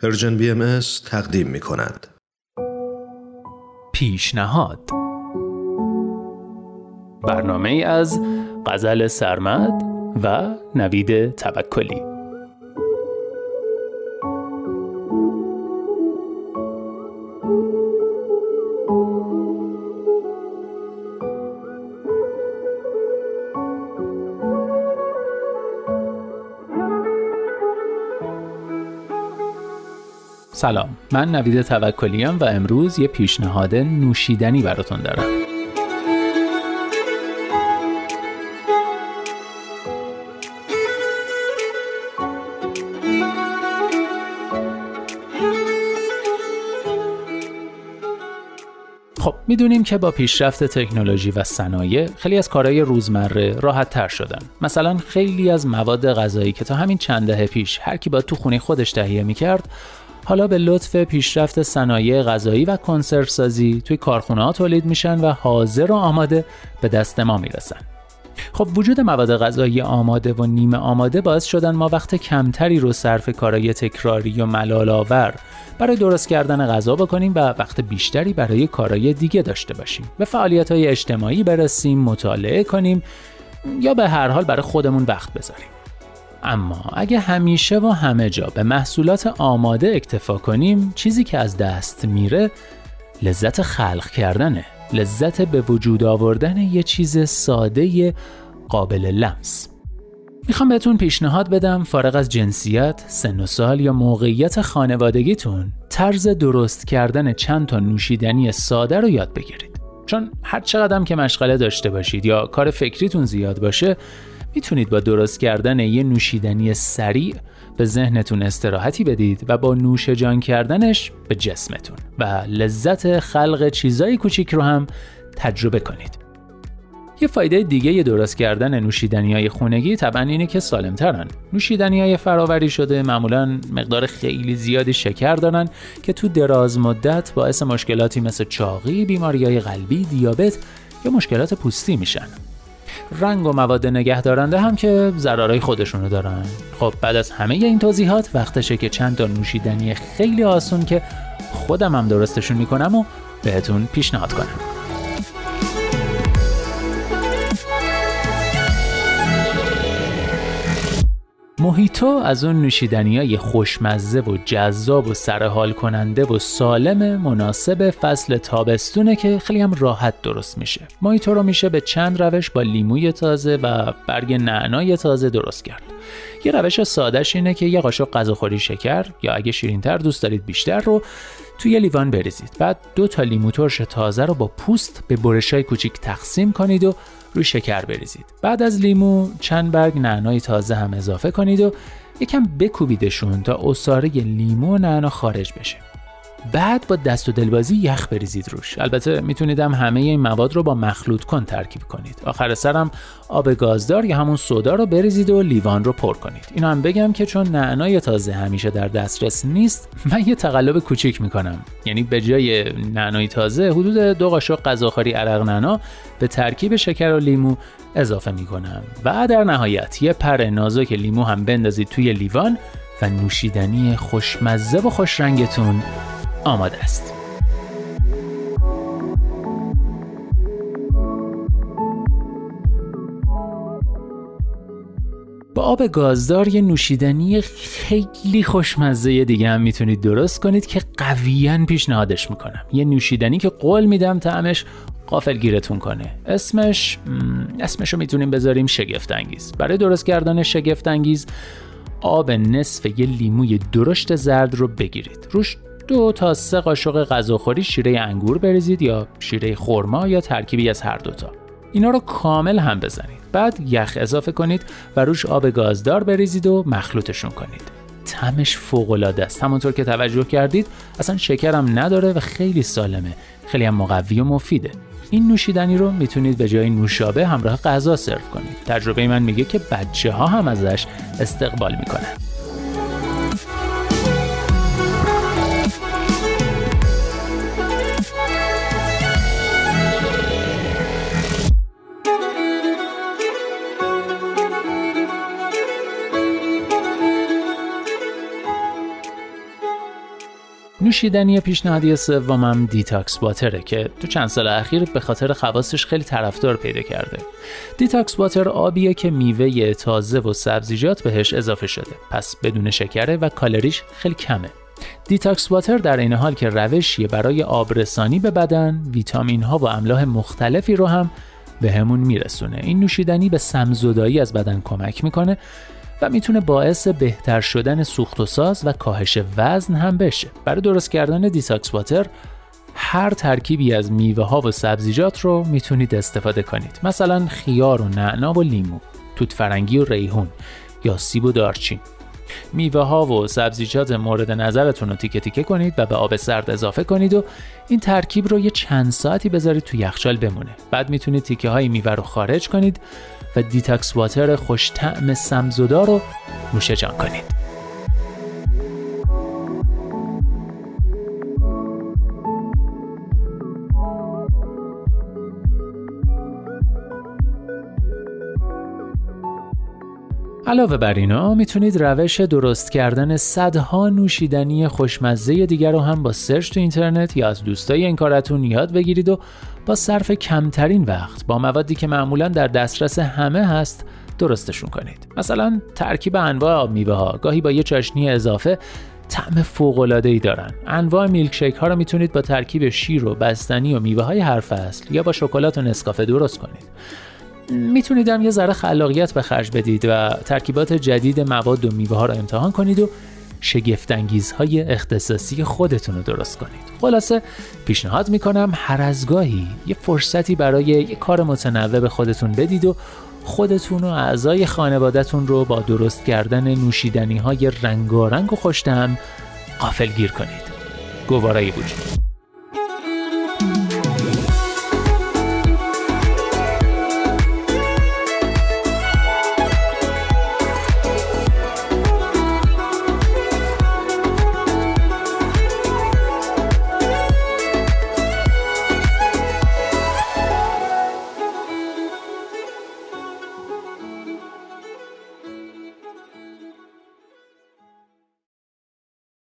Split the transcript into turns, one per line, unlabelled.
پرژن BMS تقدیم می کند.
پیشنهاد، برنامه ای از غزل سرمد و نوید توکلی. سلام، من نوید توکلیم و امروز یه پیشنهاد نوشیدنی براتون دارم. خب میدونیم که با پیشرفت تکنولوژی و صنایع خیلی از کارهای روزمره راحت تر شدن. مثلا خیلی از مواد غذایی که تا همین چند دهه پیش هر کی باید تو خونه خودش تهیه میکرد، حالا به لطف پیشرفت صنایع غذایی و کنسرو سازی توی کارخونه‌ها تولید میشن و حاضر و آماده به دست ما میرسن. خب وجود مواد غذایی آماده و نیمه آماده باعث شدن ما وقت کمتری رو صرف کارهای تکراری و ملال‌آور برای درست کردن غذا بکنیم و وقت بیشتری برای کارهای دیگه داشته باشیم. به فعالیت‌های اجتماعی برسیم، مطالعه کنیم یا به هر حال برای خودمون وقت بذاریم. اما اگه همیشه و همه جا به محصولات آماده اکتفا کنیم، چیزی که از دست میره لذت خلق کردنه، لذت به وجود آوردن یه چیز ساده قابل لمس. میخوام بهتون پیشنهاد بدم فارغ از جنسیت، سن و سال یا موقعیت خانوادگیتون، طرز درست کردن چند تا نوشیدنی ساده رو یاد بگیرید. چون هر چقدر که مشغله داشته باشید یا کار فکریتون زیاد باشه، میتونید با درست کردن یه نوشیدنی سریع به ذهنتون استراحتی بدید و با نوش جان کردنش به جسمتون و لذت خلق چیزای کوچیک رو هم تجربه کنید. یه فایده دیگه درست کردن نوشیدنی‌های خونگی طبعاً اینه که سالم‌ترن. نوشیدنی‌های فراوری شده معمولاً مقدار خیلی زیادی شکر دارن که تو دراز مدت باعث مشکلاتی مثل چاقی، بیماری‌های قلبی، دیابت یا مشکلات پوستی میشن. رنگ و مواد نگهدارنده هم که ضررهای خودشونو دارن. خب بعد از همه این توضیحات وقتشه که چند تا نوشیدنی خیلی آسون که خودم هم درستشون میکنم و بهتون پیشنهاد کنم. موهیتو از اون نوشیدنیای خوشمزه و جذاب و سرحال کننده و سالم مناسب فصل تابستونه که خیلی هم راحت درست میشه. موهیتو رو میشه به چند روش با لیموی تازه و برگ نعنای تازه درست کرد. یه روش سادهش اینه که یه قاشق غذاخوری شکر یا اگه شیرین‌تر دوست دارید بیشتر رو توی لیوان بریزید. بعد 2 تا لیمو ترش تازه رو با پوست به برشای کوچیک تقسیم کنید و روی شکر بریزید. بعد از لیمو چند برگ نعنای تازه هم اضافه کنید و یکم بکوبیدشون تا عصاره لیمو و نعنا خارج بشه. بعد با دست و دلبازی یخ بریزید روش. البته میتونید هم همه این مواد رو با مخلوط کن ترکیب کنید. آخر سر هم آب گازدار یا همون سودا رو بریزید و لیوان رو پر کنید. اینو هم بگم که چون نعنای تازه همیشه در دسترس نیست، من یه تقلب کوچیک میکنم. یعنی به جای نعنای تازه حدود 2 قاشق غذاخوری عرق نعنا به ترکیب شکر و لیمو اضافه میکنم. و در نهایت یه پر نازک لیمو هم بندازید توی لیوان و نوشیدنی خوشمزه و خوش رنگتون آماده است. با آب گازدار یه نوشیدنی خیلی خوشمزه دیگه هم میتونید درست کنید که قویاً پیشنهادش میکنم. یه نوشیدنی که قول میدم طعمش غافلگیرتون کنه. اسمشو میتونیم بذاریم شگفت انگیز. برای درست کردن شگفت انگیز آب نصف یه لیموی درشت زرد رو بگیرید. روش 2 تا 3 قاشق غذاخوری شیره انگور بریزید یا شیره خرما یا ترکیبی از هر دوتا. اینا رو کامل هم بزنید. بعد یخ اضافه کنید و روش آب گازدار بریزید و مخلوطشون کنید. طعمش فوق‌العاده است. همونطور که توجه کردید اصلا شکر هم نداره و خیلی سالمه. خیلی هم مقوی و مفیده. این نوشیدنی رو میتونید به جای نوشابه همراه غذا سرو کنید. تجربه من میگه که بچه‌ها هم ازش استقبال میکنن. نوشیدنی پیشنهادی سومم دیتاکس واتره که تو چند سال اخیر به خاطر خواصش خیلی طرفدار پیدا کرده. دیتاکس واتر آبیه که میوه تازه و سبزیجات بهش اضافه شده، پس بدون شکره و کالریش خیلی کمه. دیتاکس واتر در این حال که روشیه برای آبرسانی به بدن، ویتامین ها و املاح مختلفی رو هم به همون میرسونه. این نوشیدنی به سم‌زدایی از بدن کمک میکنه و میتونه باعث بهتر شدن سوخت و ساز و کاهش وزن هم بشه. برای درست کردن دیتاکس واتر هر ترکیبی از میوه ها و سبزیجات رو میتونید استفاده کنید، مثلا خیار و نعنا و لیمو، توت فرنگی و ریحون یا سیب و دارچین. میوه ها و سبزیجات مورد نظرتون رو تیکه تیکه کنید و به آب سرد اضافه کنید و این ترکیب رو یه چند ساعتی بذارید تو یخچال بمونه. بعد میتونید تیکه های میوه رو خارج کنید و دیتاکس واتر خوش طعم سم‌زدا رو نوش جان کنید. علاوه بر اینا میتونید روش درست کردن صدها نوشیدنی خوشمزه دیگر رو هم با سرچ تو اینترنت یا از دوستای این کارتون یاد بگیرید و با صرف کمترین وقت با موادی که معمولاً در دسترس همه هست درستشون کنید. مثلا ترکیب انواع آب میوه ها گاهی با یه چاشنی اضافه طعم فوق‌العاده‌ای دارن. انواع میلک شیک ها رو میتونید با ترکیب شیر و بستنی و میوه های هر فصل یا با شکلات و نسکافه درست کنید. میتونید هم یه ذره خلاقیت به خرج بدید و ترکیبات جدید مواد و میوه ها رو امتحان کنید و شگفت‌انگیزهای اختصاصی خودتون رو درست کنید. خلاصه پیشنهاد میکنم هر از گاهی یه فرصتی برای یه کار متنوع به خودتون بدید و خودتون و اعضای خانواده‌تون رو با درست کردن نوشیدنی‌های رنگارنگ و خوش‌طعم غافلگیر کنید. گوارای وجود.